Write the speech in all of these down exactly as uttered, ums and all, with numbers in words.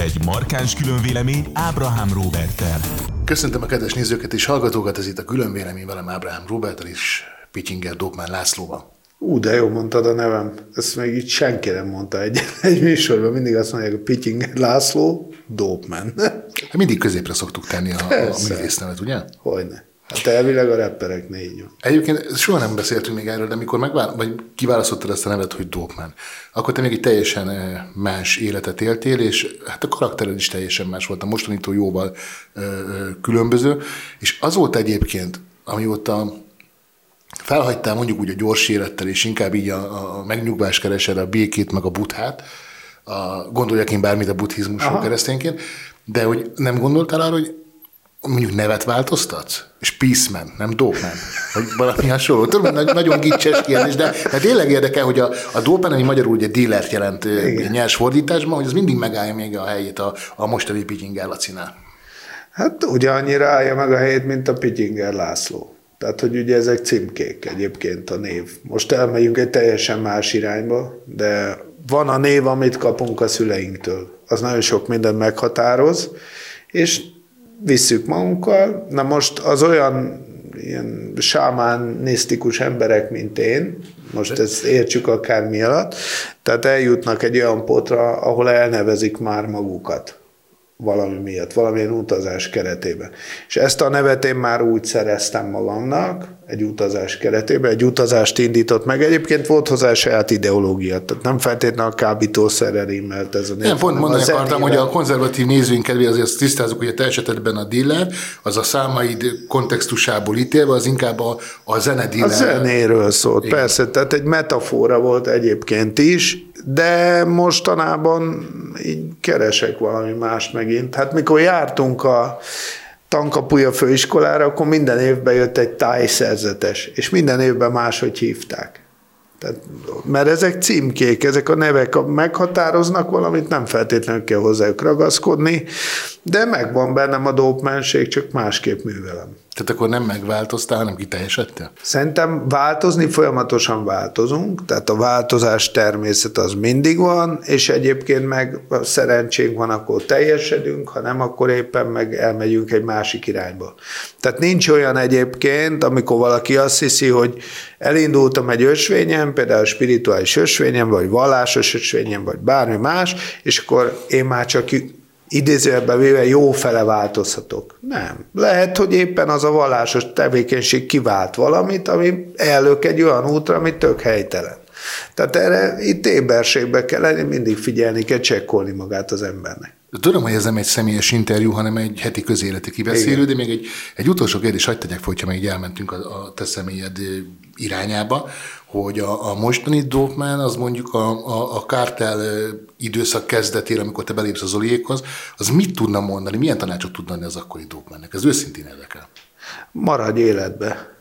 Egy markáns különvélemény Ábrahám Róberttel. Köszöntöm a kedves nézőket és hallgatókat, ez itt a különvélemény velem Ábrahám Róberttel és Pityinger Dópmán Lászlóval. Ú, de jó mondtad a nevem. Ezt még így senki nem mondta egy, egy műsorban. Mindig azt mondják, hogy Pityinger László, Dópmán. Mindig középre szoktuk tenni a, a művésznevet, ugye? Hogyne. Hát elvileg a rappereknél így van. Egyébként soha nem beszéltünk még erről, de amikor megvál, vagy kiválasztottad ezt a nevet, hogy Dópmán, akkor te még egy teljesen más életet éltél, és hát a karaktered is teljesen más volt, a mostanitól jóval ö, ö, különböző, és az volt egyébként, amióta felhagytál mondjuk úgy a gyors élettel, és inkább így a, a megnyugvást keresed, a békét, meg a buddhát, a, gondoljak én bármit a buddhizmusról keresztényként, de hogy nem gondoltál arra, hogy mondjuk nevet változtatsz? És Peaceman, nem Dópman? Vagy valami hasonló. Tudom, hogy nagyon gicses kérdés, de, de tényleg érdekel, hogy a, a Dópman, ami magyarul ugye dílert jelent igen. nyers fordításban, hogy az mindig megállja még a helyét a, a mostani Pityinger Lacinál. Hát ugyanannyira állja meg a helyét, mint a Pityinger László. Tehát, hogy ugye ezek címkék egyébként a név. Most elmegyünk egy teljesen más irányba, de van a név, amit kapunk a szüleinktől. Az nagyon sok mindent meghatároz, és visszük magunkkal. Na most az olyan ilyen sámánisztikus emberek, mint én, most ezt értsük akármi alatt, tehát eljutnak egy olyan pontra, ahol elnevezik már magukat valami miatt, valamilyen utazás keretében. És ezt a nevet én már úgy szereztem magamnak, egy utazás keretében, egy utazást indított meg. Egyébként volt hozzá saját ideológia, tehát nem feltétlenül a kábítószerrel rímelt ez a név. Nem, pont mondani akartam, hogy a konzervatív nézőink kedvéért azért tisztázzuk, hogy a te esetedben a dealer, az a számaid kontextusából ítélve, az inkább a, a zene dealer. A zenéről szólt, igen. Persze, tehát egy metafora volt egyébként is, de mostanában így keresek valami mást megint. Hát mikor jártunk a Tankapuja főiskolára, akkor minden évben jött egy tájszerzetes, és minden évben máshogy hívták. Tehát, mert ezek címkék, ezek a nevek meghatároznak valamit, nem feltétlenül kell hozzájuk ragaszkodni, de megvan bennem a dópmenség, csak másképp művelem. Tehát akkor nem megváltoztál, hanem kiteljesedtél? Szerintem változni folyamatosan változunk, tehát a változás természet az mindig van, és egyébként meg szerencsénk van, akkor teljesedünk, ha nem, akkor éppen meg elmegyünk egy másik irányba. Tehát nincs olyan egyébként, amikor valaki azt hiszi, hogy elindultam egy ösvényen, például spirituális ösvényen, vagy vallásos ösvényen, vagy bármi más, és akkor én már csak idézőjelben véve jó fele változhatok. Nem. Lehet, hogy éppen az a vallásos tevékenység kivált valamit, ami ellök egy olyan útra, ami tök helytelen. Tehát erre itt éberségbe kell lenni, mindig figyelni kell, csekkolni magát az embernek. Tudom, hogy ez nem egy személyes interjú, hanem egy heti közéleti kibeszélő, de még egy, egy utolsó kérdés, hagyd tegyek fel, hogyha még elmentünk a, a te személyed irányába, hogy a, a mostani Dópmán, az mondjuk a, a, a kártel időszak kezdetére, amikor te belépsz az Zoliékhoz, az mit tudna mondani, milyen tanácsot tudna adni az akkori Dópmánnak? Ez őszintén érdekel. Maradj életbe,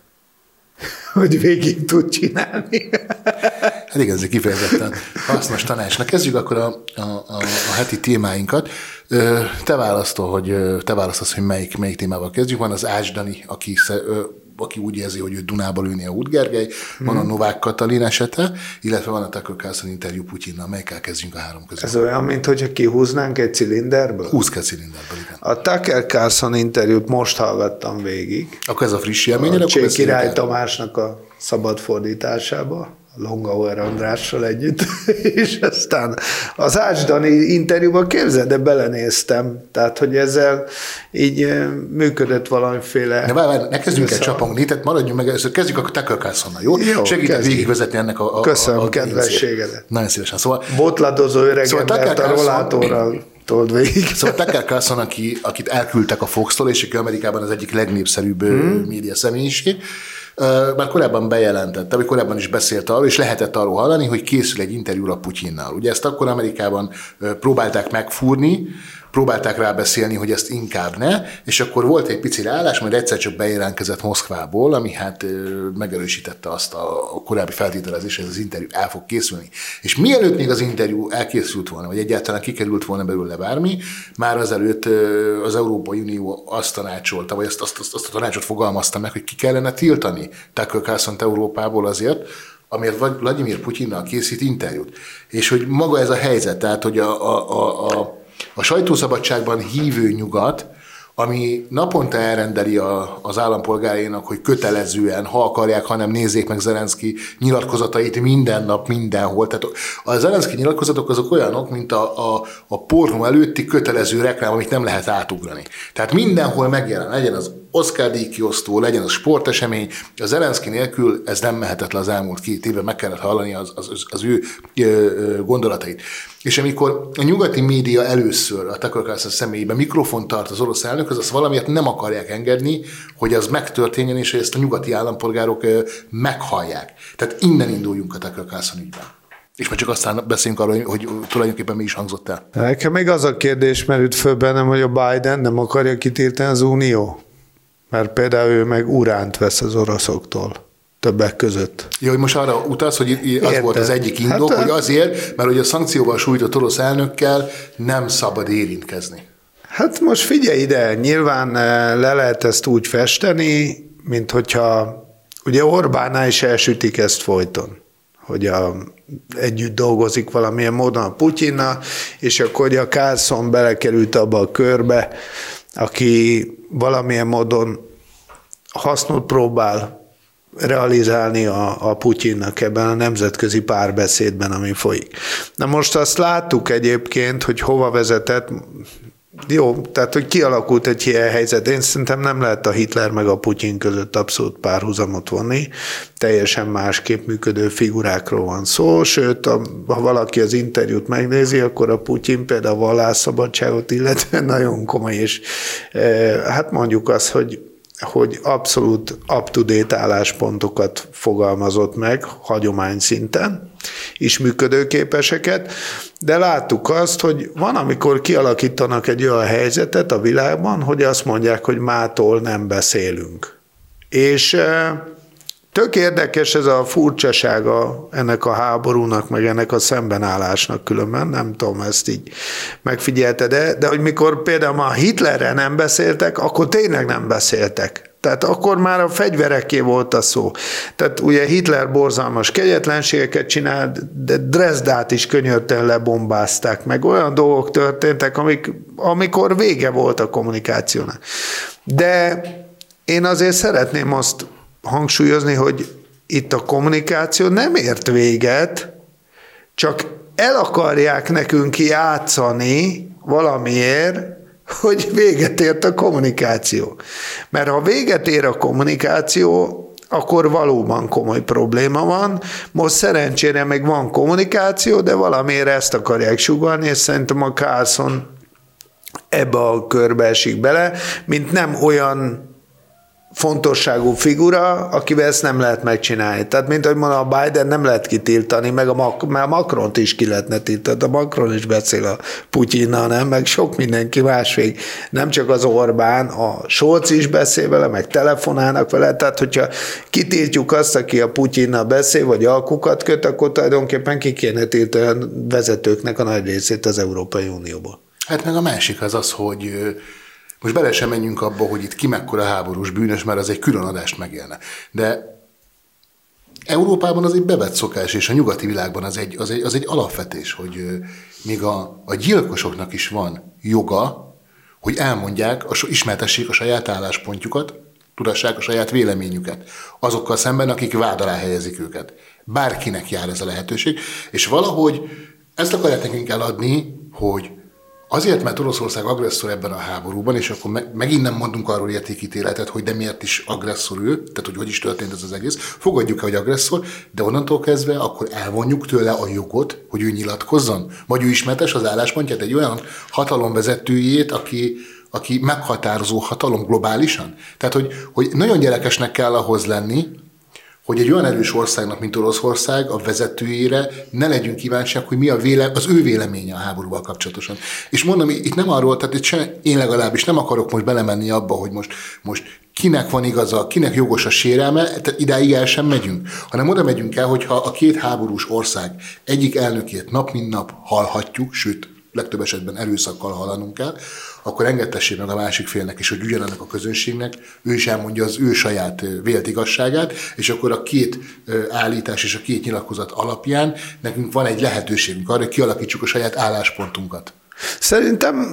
hogy végig tud csinálni. Hát igen, ez egy kifejezetten hasznos tanácsnak. Kezdjük akkor a, a, a, a heti témáinkat. Te választol, hogy te választasz, hogy melyik, melyik témával kezdjük. Van az Ács Dani, aki, aki úgy érzi, hogy ő Dunába lőni a Út Gergely, van a Novák Katalin esete, illetve van a Tucker Carlson interjú Putyinnal. Melyikkel kezdjünk a három közül? Ez olyan, mintha kihúznánk egy cilinderből? Húz kell cilinderből, igen. A Tucker Carlson interjút most hallgattam végig. Akkor ez a friss élményed? A Cseh Király Tamásnak a szabad fordításába. Longauer Andrással együtt, és aztán az Ács Dani interjúban képzeld, de belenéztem, tehát, hogy ezzel így működött valamiféle... Ne, várj, várj, ne kezdjünk el csapongni, tehát maradjunk meg, először kezdjük a Tucker Carlsonnal, jó? jó Segítek végigvezetni ennek a... a Köszönöm, a, a kedvességedet. Nagyon szívesen. Szóval... Botladozó öreg szóval embert a rollátorral told végig. Szóval Tucker Carlson, aki, akit elküldtek a Fox-tól, és aki Amerikában az egyik legnépszerűbb hmm. média személyiség, már korábban bejelentette, vagy korábban is beszélt arról, és lehetett arról hallani, hogy készül egy interjúra Putyinnal. Ugye ezt akkor Amerikában próbálták megfúrni, próbálták rábeszélni, hogy ezt inkább ne, és akkor volt egy pici ráállás, majd egyszer csak bejelentkezett Moszkvából, ami hát megerősítette azt a korábbi feltételezést, hogy ez az interjú el fog készülni. És mielőtt még az interjú elkészült volna, vagy egyáltalán kikerült volna belőle bármi, már azelőtt az Európai Unió azt tanácsolta, vagy azt, azt, azt, azt a tanácsot fogalmazta meg, hogy ki kellene tiltani Tucker Carlsont Európából azért, amiért Vladimir Putyinnal készít interjút. És hogy maga ez a helyzet, tehát hogy a, a, a, a A sajtószabadságban hívő nyugat, ami naponta elrendeli a, az állampolgárainak, hogy kötelezően, ha akarják, hanem nézzék meg Zelenszky nyilatkozatait minden nap, mindenhol. Tehát a Zelenszky nyilatkozatok azok olyanok, mint a, a, a pornó előtti kötelező reklám, amit nem lehet átugrani. Tehát mindenhol megjelen, legyen az Oscar-díj kiosztó, legyen az sportesemény, a Zelenszky nélkül ez nem mehetett le az elmúlt két évben, meg kellett hallani az, az, az ő gondolatait. És amikor a nyugati média először a Tucker Carlson személyében mikrofont tart az orosz elnök, az azt valamiért nem akarják engedni, hogy az megtörténjen, és hogy ezt a nyugati állampolgárok meghallják. Tehát innen induljunk a Tucker Carlson ügyben. És már csak aztán beszélünk arról, hogy tulajdonképpen mi is hangzott el. Nekem még az a kérdés merült föl bennem, hogy a Biden nem akarja kitiltani az Unió. Mert például ő meg uránt vesz az oroszoktól. Többek között. Ja, hogy most arra utalsz, hogy az Érted. Volt az egyik indok, hát, hogy azért, mert hogy a szankcióval sújtott orosz elnökkel nem szabad érintkezni. Hát most figyelj ide, nyilván le lehet ezt úgy festeni, mint hogyha, ugye Orbánnál is elsütik ezt folyton, hogy a, együtt dolgozik valamilyen módon a Putyinnal, és akkor ugye a Carlson belekerült abba a körbe, aki valamilyen módon hasznot próbál realizálni a, a Putyinnak ebben a nemzetközi párbeszédben, ami folyik. Na most azt láttuk egyébként, hogy hova vezetett, jó, tehát hogy kialakult egy ilyen helyzet. Én szerintem nem lehet a Hitler meg a Putyin között abszolút párhuzamot vonni, teljesen másképp működő figurákról van szó, sőt, ha valaki az interjút megnézi, akkor a Putyin például a vallásszabadságot illetve nagyon komoly, és hát mondjuk azt, hogy hogy abszolút up-to-date álláspontokat fogalmazott meg hagyomány szinten, is működőképeseket, de láttuk azt, hogy van, amikor kialakítanak egy olyan helyzetet a világban, hogy azt mondják, hogy mától nem beszélünk. És tök érdekes ez a furcsasága ennek a háborúnak, meg ennek a szembenállásnak különben, nem tudom, ezt így megfigyelte, de, de hogy mikor például ma Hitlerrel nem beszéltek, akkor tényleg nem beszéltek. Tehát akkor már a fegyvereké volt a szó. Tehát ugye Hitler borzalmas kegyetlenségeket csinált, de Dresdát is könyörten lebombázták, meg olyan dolgok történtek, amik, amikor vége volt a kommunikációnak. De én azért szeretném azt hangsúlyozni, hogy itt a kommunikáció nem ért véget, csak el akarják nekünk játszani valamiért, hogy véget ért a kommunikáció. Mert ha véget ér a kommunikáció, akkor valóban komoly probléma van. Most szerencsére még van kommunikáció, de valamiért ezt akarják sugallni, és szerintem a Carlson ebbe a körbe esik bele, mint nem olyan fontosságú figura, akivel ezt nem lehet megcsinálni. Tehát, mint ahogy mondom, a Biden nem lehet kitiltani, meg a, Mac- a Macront is ki lehetne tiltani. A Macron is beszél a Putyinnal, nem? Meg sok mindenki másvég. Nem csak az Orbán, a Scholz is beszél vele, meg telefonálnak vele. Tehát, hogyha kitiltjuk azt, aki a Putyinnal beszél, vagy alkukat köt, akkor tulajdonképpen ki kéne tiltani a vezetőknek a nagy részét az Európai Unióból. Hát meg a másik az az, hogy most bele sem menjünk abba, hogy itt ki mekkora háborús bűnös, mert az egy külön adást megélne. De Európában az egy bevett szokás, és a nyugati világban az egy, az egy, az egy alapvetés, hogy még a, a gyilkosoknak is van joga, hogy elmondják, ismertessék a saját álláspontjukat, tudassák a saját véleményüket azokkal szemben, akik vád alá helyezik őket. Bárkinek jár ez a lehetőség, és valahogy ezt akarják nekünk eladni, hogy azért, mert Oroszország agresszor ebben a háborúban, és akkor me- megint nem mondunk arról értékítéletet, hogy de miért is agresszor ő, tehát hogy hogy is történt ez az egész. Fogadjuk el, hogy agresszor, de onnantól kezdve akkor elvonjuk tőle a jogot, hogy ő nyilatkozzon. Vagy ő ismertes az álláspontját egy olyan hatalomvezetőjét, aki, aki meghatározó hatalom globálisan. Tehát, hogy, hogy nagyon gyerekesnek kell ahhoz lenni, hogy egy olyan erős országnak, mint Oroszország, a vezetőjére ne legyünk kíváncsiak, hogy mi a véle, az ő véleménye a háborúval kapcsolatosan. És mondom, itt nem arról, tehát itt sem, én legalábbis nem akarok most belemenni abba, hogy most, most kinek van igaza, kinek jogos a sérelme, tehát idáig el sem megyünk, hanem oda megyünk el, hogyha a két háborús ország egyik elnökét nap mint nap hallhatjuk, sőt, legtöbb esetben erőszakkal hallanunk kell, akkor engedtessék meg a másik félnek is, hogy ugyanennek a közönségnek ő is elmondja az ő saját vélt igazságát, és akkor a két állítás és a két nyilatkozat alapján nekünk van egy lehetőségünk arra, hogy kialakítsuk a saját álláspontunkat. Szerintem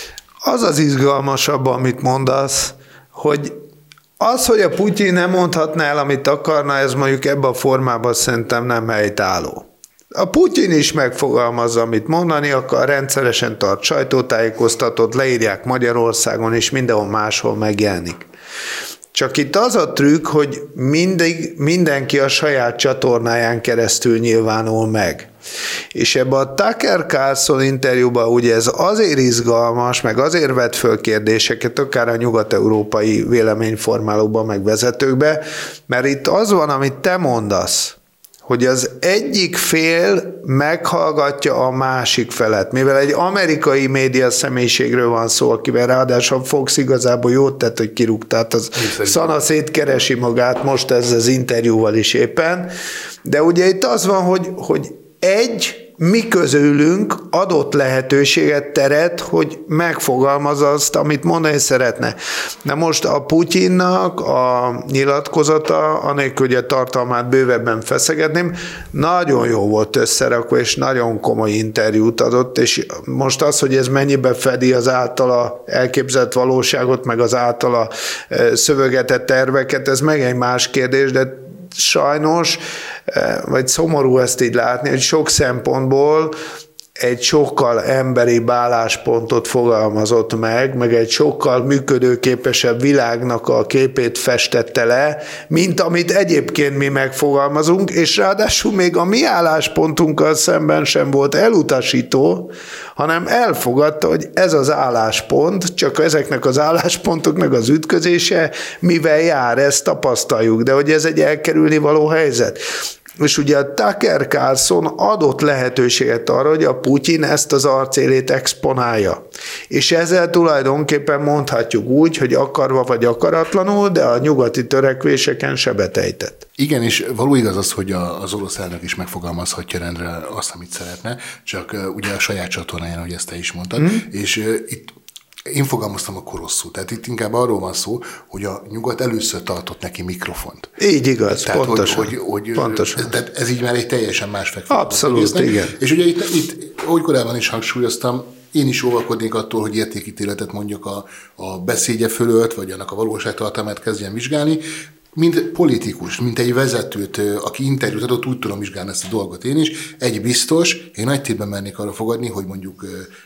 az az izgalmasabb, amit mondasz, hogy az, hogy a Putyin nem mondhatná el, amit akarna, ez mondjuk ebben a formában szerintem nem helytálló. A Putyin is megfogalmazza, amit mondani akar, rendszeresen tart sajtótájékoztatót, leírják Magyarországon, és mindenhol máshol megjelenik. Csak itt az a trükk, hogy mindig, mindenki a saját csatornáján keresztül nyilvánul meg. És ebben a Tucker Carlson interjúban ugye ez azért izgalmas, meg azért vet föl kérdéseket, akár a nyugat-európai véleményformálóban, meg vezetőkbe, mert itt az van, amit te mondasz, hogy az egyik fél meghallgatja a másik felet. Mivel egy amerikai média személyiségről van szó, akivel ráadásul Fox igazából jót tett, hogy kirúgtát, az szana szétkeresi magát most ez az interjúval is éppen. De ugye itt az van, hogy, hogy egy, mi közülünk adott lehetőséget, teret, hogy megfogalmazza azt, amit mondani szeretne. De most a Putyinnak a nyilatkozata, anélkül, hogy a tartalmát bővebben feszegetném, nagyon jó volt összerakva, és nagyon komoly interjút adott, és most az, hogy ez mennyibe fedi az általa elképzelt valóságot, meg az általa szövegetett terveket, ez meg egy más kérdés, de sajnos, vagy szomorú ezt így látni, hogy sok szempontból egy sokkal emberibb álláspontot fogalmazott meg, meg egy sokkal működőképesebb világnak a képét festette le, mint amit egyébként mi megfogalmazunk, és ráadásul még a mi álláspontunkkal szemben sem volt elutasító, hanem elfogadta, hogy ez az álláspont, csak ezeknek az álláspontoknak az ütközése, mivel jár, ezt tapasztaljuk, de hogy ez egy elkerülni való helyzet. És ugye a Tucker Carlson adott lehetőséget arra, hogy a Putyin ezt az arcélét exponálja. És ezzel tulajdonképpen mondhatjuk úgy, hogy akarva vagy akaratlanul, de a nyugati törekvéseken sebet ejtett. Igen, és való igaz az, hogy az orosz elnök is megfogalmazhatja rendre azt, amit szeretne, csak ugye a saját csatornáján, hogy ezt te is mondtad, mm. és itt én fogalmaztam akkor rosszul. Tehát itt inkább arról van szó, hogy a nyugat először tartott neki mikrofont. Így igaz, tehát, pontosan. Hogy, hogy, pontosan. Ez, tehát ez így már egy teljesen más fekvő. Abszolút, igen. És ugye itt, itt, ahogy korábban is hangsúlyoztam, én is óvakodnék attól, hogy értékítéletet mondjak a, a beszédje fölött, vagy annak a valóságtartalmát kezdjen vizsgálni. Mint politikus, mint egy vezetőt, aki interjút adott, úgy tudom vizsgálni ezt a dolgot én is. Egy biztos, én nagy tétben mernék arra fogadni, hogy mondjuk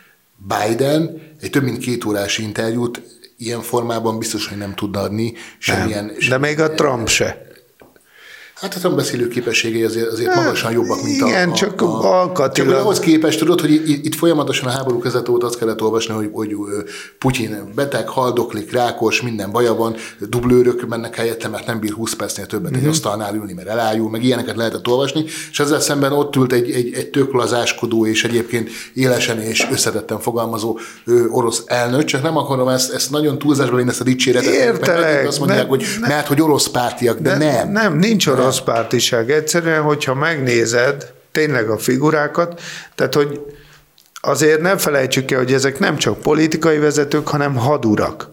Biden egy több mint két órás interjút ilyen formában biztos, hogy nem tudna adni semmilyen... Nem, de még a Trump se. Hát a Trump beszélő képességei azért, azért magasan jobbak, mint igen, a... Igen, csak a, alkatilag. Csak ahhoz képest tudod, hogy itt, itt folyamatosan a háború kezdete óta azt kellett olvasni, hogy, hogy Putyin beteg, haldoklik, rákos, minden baja van, dublőrök mennek helyette, mert nem bír húsz percnél többet mm-hmm. egy asztalnál ülni, mert elájul, meg ilyeneket lehetett olvasni, és ezzel szemben ott ült egy, egy, egy tök lazáskodó és egyébként élesen és összetetten fogalmazó ő, orosz elnök, csak nem akarom ezt, ezt nagyon túlzásba vinni, ezt a dicséretet. Értelek. Azt mondják, nem, hogy nem, mert hogy orosz pártiak, de, de nem. Nem, nincs orosz pártiság. Egyszerűen, hogyha megnézed tényleg a figurákat, tehát, hogy azért nem felejtsük el, hogy ezek nem csak politikai vezetők, hanem hadurak.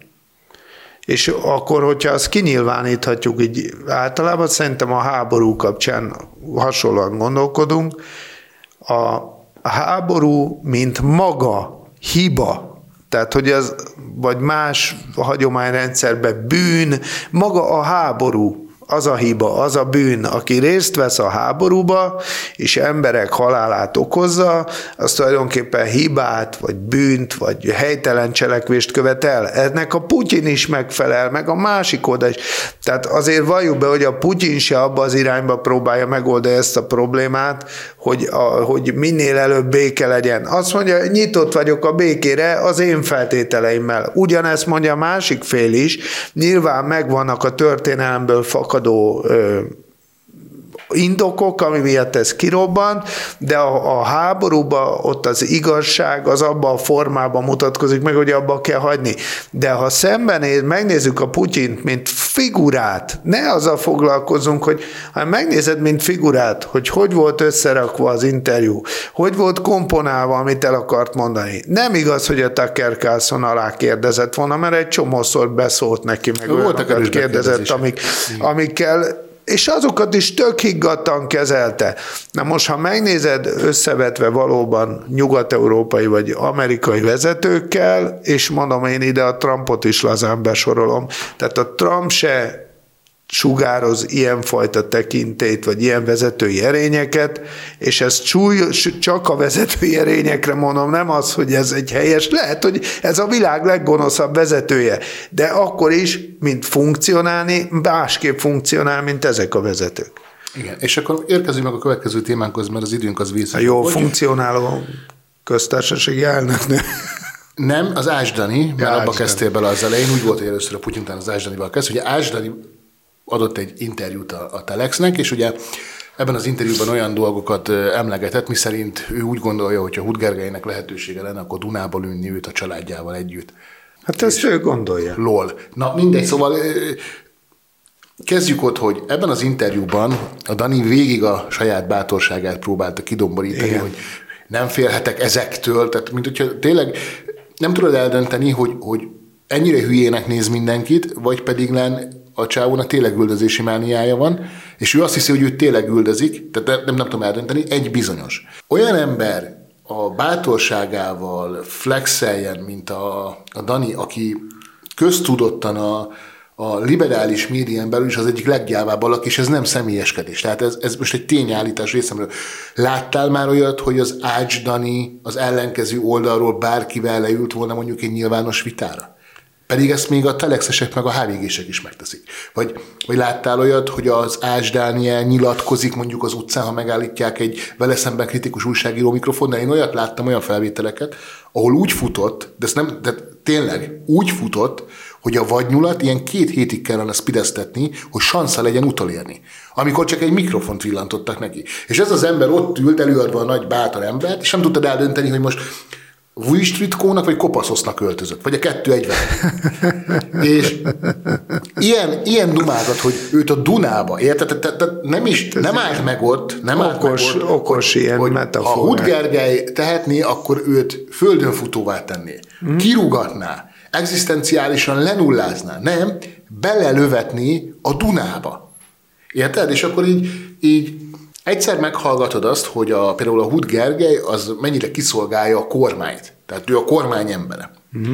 És akkor, hogyha azt kinyilváníthatjuk így általában, szerintem a háború kapcsán hasonlóan gondolkodunk, a háború, mint maga hiba, tehát, hogy az, vagy más hagyományrendszerben bűn, maga a háború, az a hiba, az a bűn, aki részt vesz a háborúba, és emberek halálát okozza, az tulajdonképpen hibát, vagy bűnt, vagy helytelen cselekvést követel. Ennek a Putyin is megfelel, meg a másik oldal is. Tehát azért valljuk be, hogy a Putyin se abba az irányba próbálja megoldani ezt a problémát, hogy, a, hogy minél előbb béke legyen. Azt mondja, nyitott vagyok a békére az én feltételeimmel. Ugyanezt mondja a másik fél is, nyilván megvannak a történelemből fakadó ö, indokok, ami miatt ez kirobban, de a, a háborúban ott az igazság az abban a formában mutatkozik meg, hogy abba kell hagyni. De ha szembenéz, megnézzük a Putyint, mint figurát, ne azzal foglalkozunk, hogy ha megnézed, mint figurát, hogy hogy volt összerakva az interjú, hogy volt komponálva, amit el akart mondani. Nem igaz, hogy a Tucker Carlson alá kérdezett volna, mert egy csomószor beszólt neki, meg olyanokat kérdezett, amik, amikkel és azokat is tök higgadtan kezelte. Na most, ha megnézed összevetve valóban nyugat-európai vagy amerikai vezetőkkel, és mondom, én ide a Trumpot is lazán besorolom, tehát a Trump se sugároz ilyenfajta tekintélyt, vagy ilyen vezetői erényeket, és ez csúly, csak a vezetői erényekre mondom, nem az, hogy ez egy helyes, lehet, hogy ez a világ leggonoszabb vezetője, de akkor is, mint funkcionálni, másképp funkcionál, mint ezek a vezetők. Igen, és akkor érkezünk meg a következő témánkhoz, mert az időnk az vészes. A jó funkcionáló köztársasági elnöknő. Nem, az Ács Dani, mert Ács abba kezdtél bele az elején, úgy volt, hogy először a Putyin után az Ács Danival kezd, hogy Ács Dani adott egy interjút a, a Telexnek, és ugye ebben az interjúban olyan dolgokat emlegetett, miszerint ő úgy gondolja, hogy ha Huth Gergelynek lehetősége lenne, akkor Dunába lőni őt a családjával együtt. Hát ezt ő gondolja. Lol. Na mindegy, szóval kezdjük ott, hogy ebben az interjúban a Dani végig a saját bátorságát próbálta kidomborítani, igen, hogy nem félhetek ezektől, tehát mint hogyha tényleg nem tudod eldönteni, hogy, hogy ennyire hülyének néz mindenkit, vagy pedig len a csávónak tényleg üldözési mániája van, és ő azt hiszi, hogy ő tényleg üldözik, tehát nem, nem tudom eldönteni, egy bizonyos. Olyan ember a bátorságával flexeljen, mint a, a Dani, aki köztudottan a, a liberális médián belül is az egyik leggyávább alak, és ez nem személyeskedés. Tehát ez, ez most egy tényállítás részemről. Láttál már olyat, hogy az Ács Dani az ellenkező oldalról bárkivel leült volna mondjuk egy nyilvános vitára? Pedig ezt még a telexesek meg a há vé gések is megteszik. Vagy, vagy láttál olyat, hogy az Ács Dániel nyilatkozik mondjuk az utcán, ha megállítják egy vele szemben kritikus újságíró mikrofonnal. Én olyat láttam, olyan felvételeket, ahol úgy futott, de, ezt nem, de tényleg úgy futott, hogy a vadnyulat ilyen két hétig kellene spideztetni, hogy sansza legyen utolérni. Amikor csak egy mikrofont villantottak neki. És ez az ember ott ült előadva a nagy bátor embert, és nem tudtad eldönteni, hogy most Vujstritkónak vagy Kopaszosznak öltözött, vagy a kettő egyben. És ilyen, ilyen dumákat, hogy őt a Dunába, érted? Te, te, te nem is, nem állt meg ott, nem állt okos, meg ott, okos hogy, ilyen hogy metaforák. ha Huth Gergely tehetné, akkor őt földönfutóvá tenné. Hmm. Kirúgatná, egzisztenciálisan lenullázná. Nem, belelövetné a Dunába. Érted? És akkor így, így egyszer meghallgatod azt, hogy a, például a Huth Gergely az mennyire kiszolgálja a kormányt. Tehát ő a kormány embere. Uh-huh.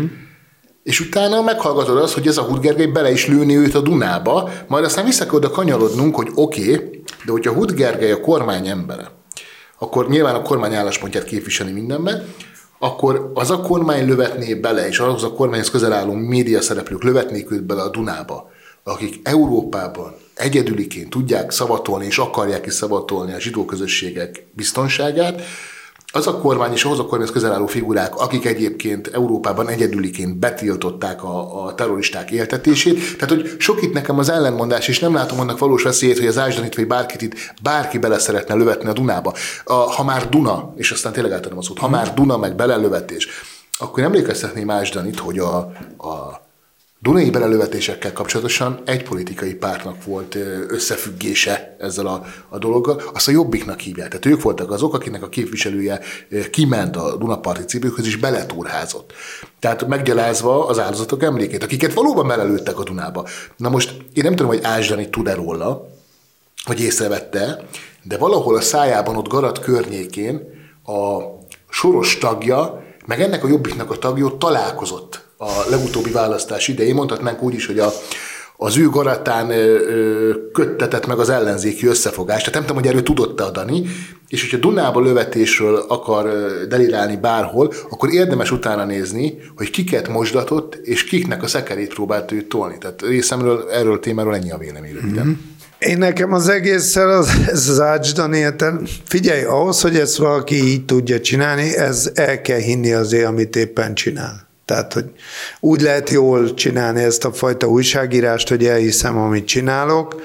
És utána meghallgatod azt, hogy ez a Huth Gergely bele is lőni őt a Dunába, majd aztán vissza kell oda kanyarodnunk, hogy oké, okay, de hogyha Huth Gergely a kormány embere, akkor nyilván a kormány álláspontját képviseli mindenben, akkor az a kormány lövetné bele, és az a kormányhoz közel álló média szereplők lövetnék őt bele a Dunába, akik Európában egyedüliként tudják szavatolni, és akarják is szavatolni a zsidó közösségek biztonságát, az a kormány és ahhoz a kormányhoz közel álló figurák, akik egyébként Európában egyedüliként betiltották a, a terroristák éltetését. Tehát, hogy sok itt nekem az ellenmondás, és nem látom annak valós veszélyét, hogy az Ács Danit vagy bárkit itt bárki bele szeretne lövetni a Dunába. A, ha már Duna, és aztán tényleg átadom a szót, ha már Duna meg belelövetés, akkor emlékeztetném Ács Danit, hogy a, a dunai belelövetésekkel kapcsolatosan egy politikai pártnak volt összefüggése ezzel a, a dologgal, azt a Jobbiknak hívják. Tehát ők voltak azok, akinek a képviselője kiment a Dunaparti cibőkhöz és beletúrházott. Tehát meggyalázva az áldozatok emlékét, akiket valóban belelőttek a Dunába. Na most én nem tudom, hogy Ács Dani tud-e róla, vagy észrevette, de valahol a szájában ott Garat környékén a Soros tagja, meg ennek a Jobbiknak a tagja találkozott a legutóbbi választás idején. Mondhatnánk úgy is, hogy a, az ő garatán ö, ö, köttetett meg az ellenzéki összefogás. Tehát nem tudom, hogy erről tudott-e a Dani, és hogyha Dunába lövetésről akar delirálni bárhol, akkor érdemes utána nézni, hogy kiket mosdatott, és kiknek a szekerét próbált őt tolni. Tehát részemről erről a témáról ennyi a vélemény röviden. Mm-hmm. Én nekem az egésszel az, ez az Ács Dani, figyelj, ahhoz, hogy ezt valaki így tudja csinálni, ez el kell hinni azért, amit éppen csinál. Tehát, hogy úgy lehet jól csinálni ezt a fajta újságírást, hogy elhiszem, amit csinálok,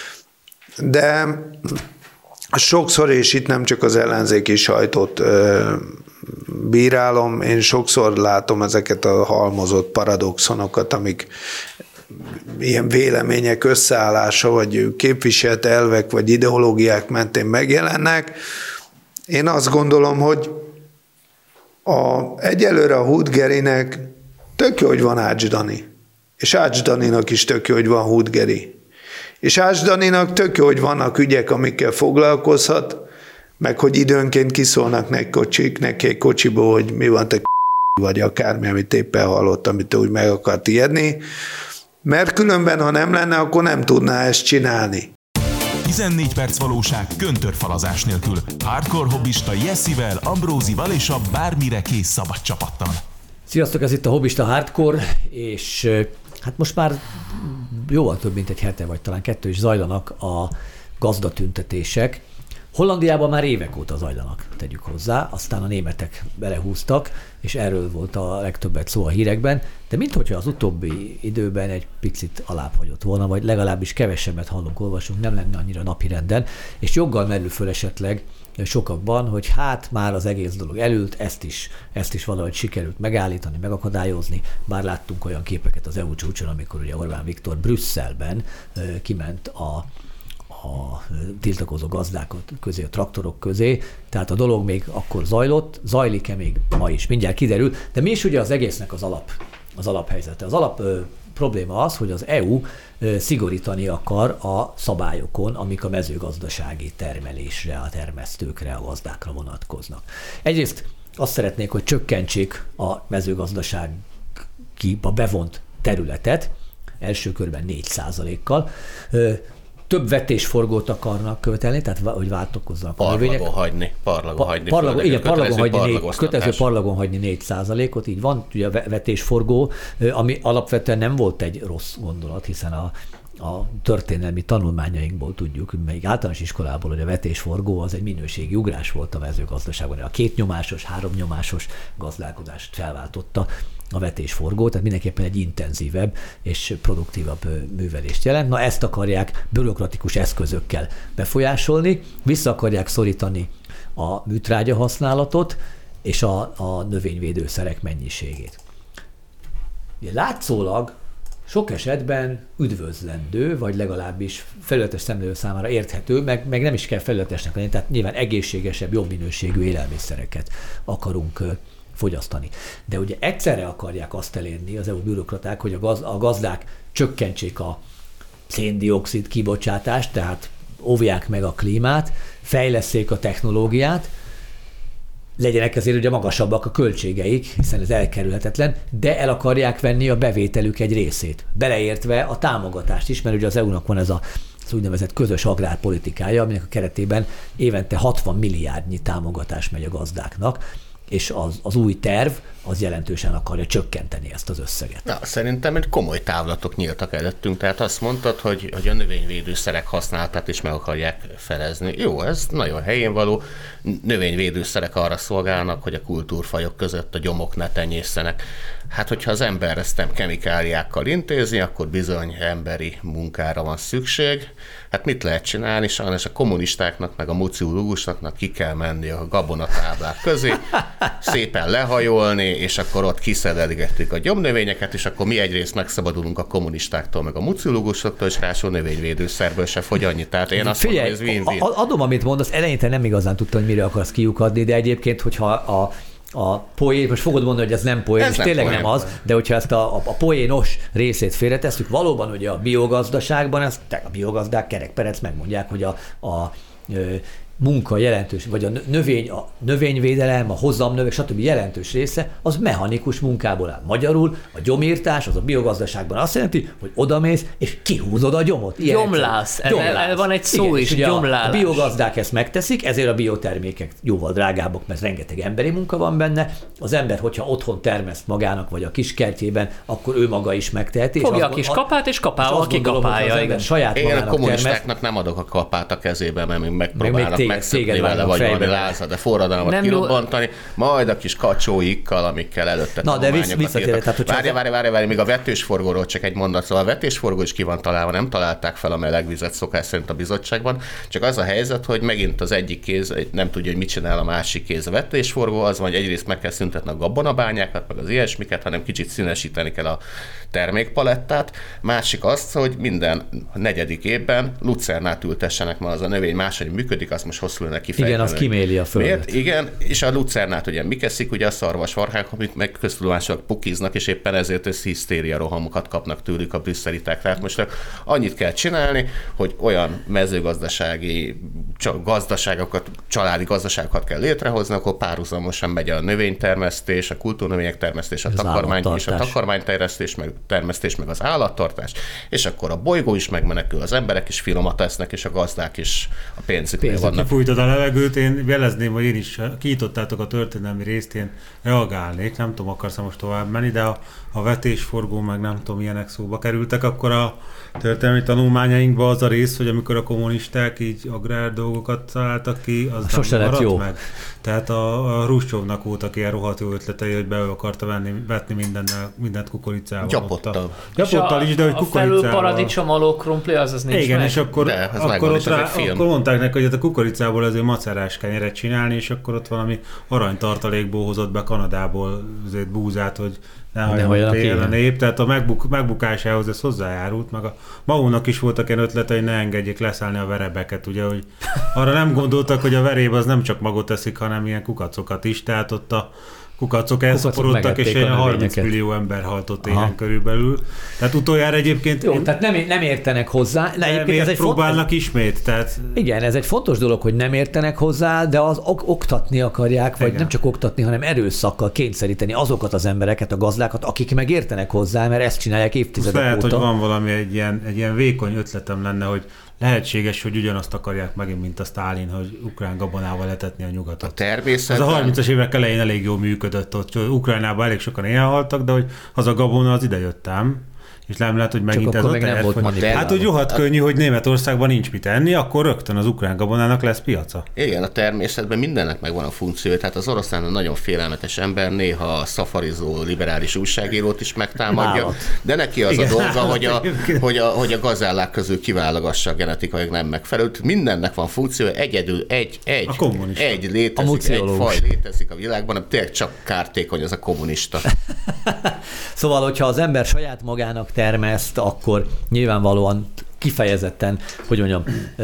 de sokszor, és itt nem csak az ellenzéki sajtót ö, bírálom, én sokszor látom ezeket a halmozott paradoxonokat, amik ilyen vélemények összeállása, vagy képviselt elvek, vagy ideológiák mentén megjelennek. Én azt gondolom, hogy a, egyelőre a Huth Gerinek tök jó, hogy van Ács Dani, és Ács Daninak is tök jó, hogy van Huth Geri. És Ács Daninak tök jó, hogy vannak ügyek, amikkel foglalkozhat, meg hogy időnként kiszólnak neki kocsik, neki egy kocsiból, hogy mi van, te vagy akármi, amit éppen hallott, amit úgy meg akart ijedni, mert különben, ha nem lenne, akkor nem tudná ezt csinálni. tizennégy perc valóság köntörfalazás nélkül. Hardcore hobbista Jessivel, Ambrózival és a bármire kész szabad csapattal. Sziasztok, ez itt a Hobbista Hardcore, és hát most már jóval több mint egy hete, vagy talán kettő is zajlanak a gazdatüntetések. Hollandiában már évek óta zajlanak, tegyük hozzá, aztán a németek belehúztak, és erről volt a legtöbbet szó a hírekben, de minthogyha az utóbbi időben egy picit alábbhagyott volna, vagy legalábbis kevesebbet hallunk, olvasunk, nem lenne annyira napirenden, és joggal merül föl esetleg sokakban, hogy hát már az egész dolog elült, ezt is, ezt is valahogy sikerült megállítani, megakadályozni, bár láttunk olyan képeket az é u csúcson, amikor ugye Orbán Viktor Brüsszelben kiment a a tiltakozó gazdák közé, a traktorok közé, tehát a dolog még akkor zajlott, zajlik-e még ma is, mindjárt kiderül, de mi is ugye az egésznek az alap, az alaphelyzete. Az alap ö, probléma az, hogy az é u ö, szigorítani akar a szabályokon, amik a mezőgazdasági termelésre, a termesztőkre, a gazdákra vonatkoznak. Egyrészt azt szeretnék, hogy csökkentsék a mezőgazdaságba bevont területet, első körben négy százalékkal, több vetésforgót akarnak követelni, tehát hogy váltokozzanak a növények. Parlagon hagyni, parlagon pa, hagyni. Parlagon, igen, parlagon hagyni négy, kötelező parlagon hagyni négy százalékot, így van, ugye a vetésforgó, ami alapvetően nem volt egy rossz gondolat, hiszen a, a történelmi tanulmányainkból tudjuk, még általános iskolából, hogy a vetésforgó az egy minőségi ugrás volt a mezőgazdaságban. A kétnyomásos, háromnyomásos gazdálkodást felváltotta a vetésforgó, tehát mindenképpen egy intenzívebb és produktívabb művelést jelent. Na ezt akarják bürokratikus eszközökkel befolyásolni, vissza akarják szorítani a műtrágya használatot és a, a növényvédőszerek mennyiségét. Látszólag sok esetben üdvözlendő, vagy legalábbis felületes szemlélő számára érthető, meg, meg nem is kell felületesnek lenni, tehát nyilván egészségesebb, jobb minőségű élelmiszereket akarunk fogyasztani. De ugye egyszerre akarják azt elérni az é u bürokraták, hogy a, gaz, a gazdák csökkentsék a széndioxid kibocsátást, tehát óvják meg a klímát, fejlesszék a technológiát, legyenek ezért ugye magasabbak a költségeik, hiszen ez elkerülhetetlen, de el akarják venni a bevételük egy részét, beleértve a támogatást is, mert ugye az é u-nak van ez a az úgynevezett közös agrárpolitikája, aminek a keretében évente hatvan milliárdnyi támogatás megy a gazdáknak, és az, az új terv az jelentősen akarja csökkenteni ezt az összeget. Na, szerintem egy komoly távlatok nyíltak előttünk, tehát azt mondtad, hogy, hogy a növényvédőszerek használatát is meg akarják felezni. Jó, ez nagyon helyén való. Növényvédőszerek arra szolgálnak, hogy a kultúrfajok között a gyomok ne tenyésszenek. Hát, hogyha az ember ezt nem kemikáliákkal intézi, akkor bizony emberi munkára van szükség. Hát mit lehet csinálni? Sajnos a kommunistáknak, meg a muciológusoknak ki kell menni a gabonatáblák közé, szépen lehajolni, és akkor ott kiszedelgetik a gyomnövényeket, és akkor mi egyrészt megszabadulunk a kommunistáktól, meg a muciológusoktól, és ráadásul növényvédőszerből se fogy annyi. Tehát én azt Figyelj, mondom, hogy ez win-win. Adom, amit mondasz, eleinte nem igazán tudtam, hogy mire akarsz kiukadni, de egyébként, hogyha a a poén, most fogod mondani, hogy ez nem poén, ez és nem tényleg poén, nem az, de hogyha ezt a, a, a poénos részét félretesszük, valóban ugye a biogazdaságban, ezt a biogazdák kerekperec megmondják, hogy a, a, a munka jelentős, vagy a növény, a növényvédelem, a hozamnövek, stb. Jelentős része, az mechanikus munkából áll. Magyarul a gyomírtás, az a biogazdaságban azt jelenti, hogy odamész, és kihúzod a gyomot. Ilyen gyomlász. El van egy szó igen, is, gyomlálás. A biogazdák ezt megteszik, ezért a biotermékek jóval drágábbak, mert rengeteg emberi munka van benne. Az ember, hogyha otthon termeszt magának, vagy a kiskertjében, akkor ő maga is megteheti. Fogja a kis kapát, és kapával kikapálja. Igen, saját Én a kommunistáknak termeszt. nem adok a kapát a kezébe, mert még megpróbálnak megszökni vele, vagy fejbe. valami lázad, de forradalmat kirobbantani, majd a kis kacsóikkal, amikkel előtte Na, de visszatérve. Várja, várja, várja, várja, még a vetésforgóról csak egy mondat. Szóval a vetésforgó is ki van találva, nem találták fel a melegvizet szokás szerint a bizottságban, csak az a helyzet, hogy megint az egyik kéz nem tudja, hogy mit csinál a másik kéz. A vetésforgó az van, hogy egyrészt meg kell szüntetni a gabonabányákat, meg az ilyesmiket, hanem kicsit színesíteni kell a termékpalettát. Másik az, hogy minden negyedik évben lucernát ültessenek, mert az a növény máshogy működik, azt most most hosszú lenne kifejteni. Igen, az kiméli a földet. Miért? Igen, és a lucernát ugye mi keszik, ugye a szarvasmarhák, amik meg köztudomások pukiznak, és éppen ezért ez hisztéria rohamokat kapnak tőlük a brüsszeliták. Tehát most annyit kell csinálni, hogy olyan mezőgazdasági gazdaságokat, családi gazdaságokat kell létrehozni, akkor párhuzamosan megy a növénytermesztés, a kultúrnövények termesztés, a takarmány, és a takarmánytermesztés, meg termesztés, meg az állattartás, és akkor a bolygó is megmenekül, az emberek is finomat esznek, és a gazdák is a pénzüknél vannak. Kifújtad a levegőt, én jelezném, hogy én is kiítottátok a történelmi részt, én reagálnék, nem tudom, akarsz most tovább menni, de a, a vetésforgó, meg nem tudom, ilyenek szóba kerültek, akkor a történelmi tanulmányainkban az a rész, hogy amikor a kommunisták így agrár dolgokat találtak ki, az sose nem lett maradt jó. meg. Tehát a, a Hruscsovnak voltak ilyen rohadt jó ötletei, hogy be akarta venni, vetni mindennel, mindent kukoricával. Gyapottal. Gyapottal is, de hogy a kukoricával. felül paradicsom alól krumpli, az az nincs Igen, meg. és akkor, De, ez akkor, megvan, ott és ez rá, egy film. akkor mondták neki, hogy a kukoricából azért macerás kenyeret csinálni, és akkor ott valami aranytartalékból hozott be Kanadából azért búzát, hogy ne halljanak tél a nép. Tehát a megbuk, megbukásához ez hozzájárult, meg a Maónak is voltak ilyen ötletei, hogy ne engedjék leszállni a verebeket, ugye, hogy arra nem gondoltak, hogy a veréb az nem csak magot eszik, hanem ilyen kukacokat is, tehát ott a kukacok elszaporodtak, és ilyen harminc millió ember halt ott éhen körülbelül. Tehát utoljára egyébként... Jó, tehát nem, nem értenek hozzá. De miért ez egy próbálnak font... ismét? Tehát... Igen, ez egy fontos dolog, hogy nem értenek hozzá, de az ok- oktatni akarják, vagy Igen. nem csak oktatni, hanem erőszakkal kényszeríteni azokat az embereket, a gazdákat, akik meg értenek hozzá, mert ezt csinálják évtizedek lehet, óta. Lehet, hogy van valami egy ilyen, egy ilyen vékony ötletem lenne, hogy lehetséges, hogy ugyanazt akarják megint, mint a Sztálin, hogy ukrán gabonával letetni a nyugatot. A természetben... Az a harmincas évek elején elég jól működött ott. Ukrajnában elég sokan elhaltak, de hogy az a gabona az ide jöttem. És nem lehet, hogy megint ez a terv, hogy... Hát, hogy rohadt könnyű, hogy Németországban nincs mit enni, akkor rögtön az ukrán gabonának lesz piaca. Igen, a természetben mindennek megvan a funkciója. Tehát az oroszlán nagyon félelmetes ember, néha a szafarizó liberális újságírót is megtámadja, Állat. de neki az Igen. a dolga, hogy a, hogy, a, hogy a gazellák közül kiválogassa a genetikailag nem megfelelőt. Mindennek van funkciója, egyedül egy, egy, egy létezik, egy faj létezik a világban, nem tényleg csak kártékony az a kommunista. Szóval, hogyha az ember saját magának termeszt, akkor nyilvánvalóan kifejezetten, hogy mondjam,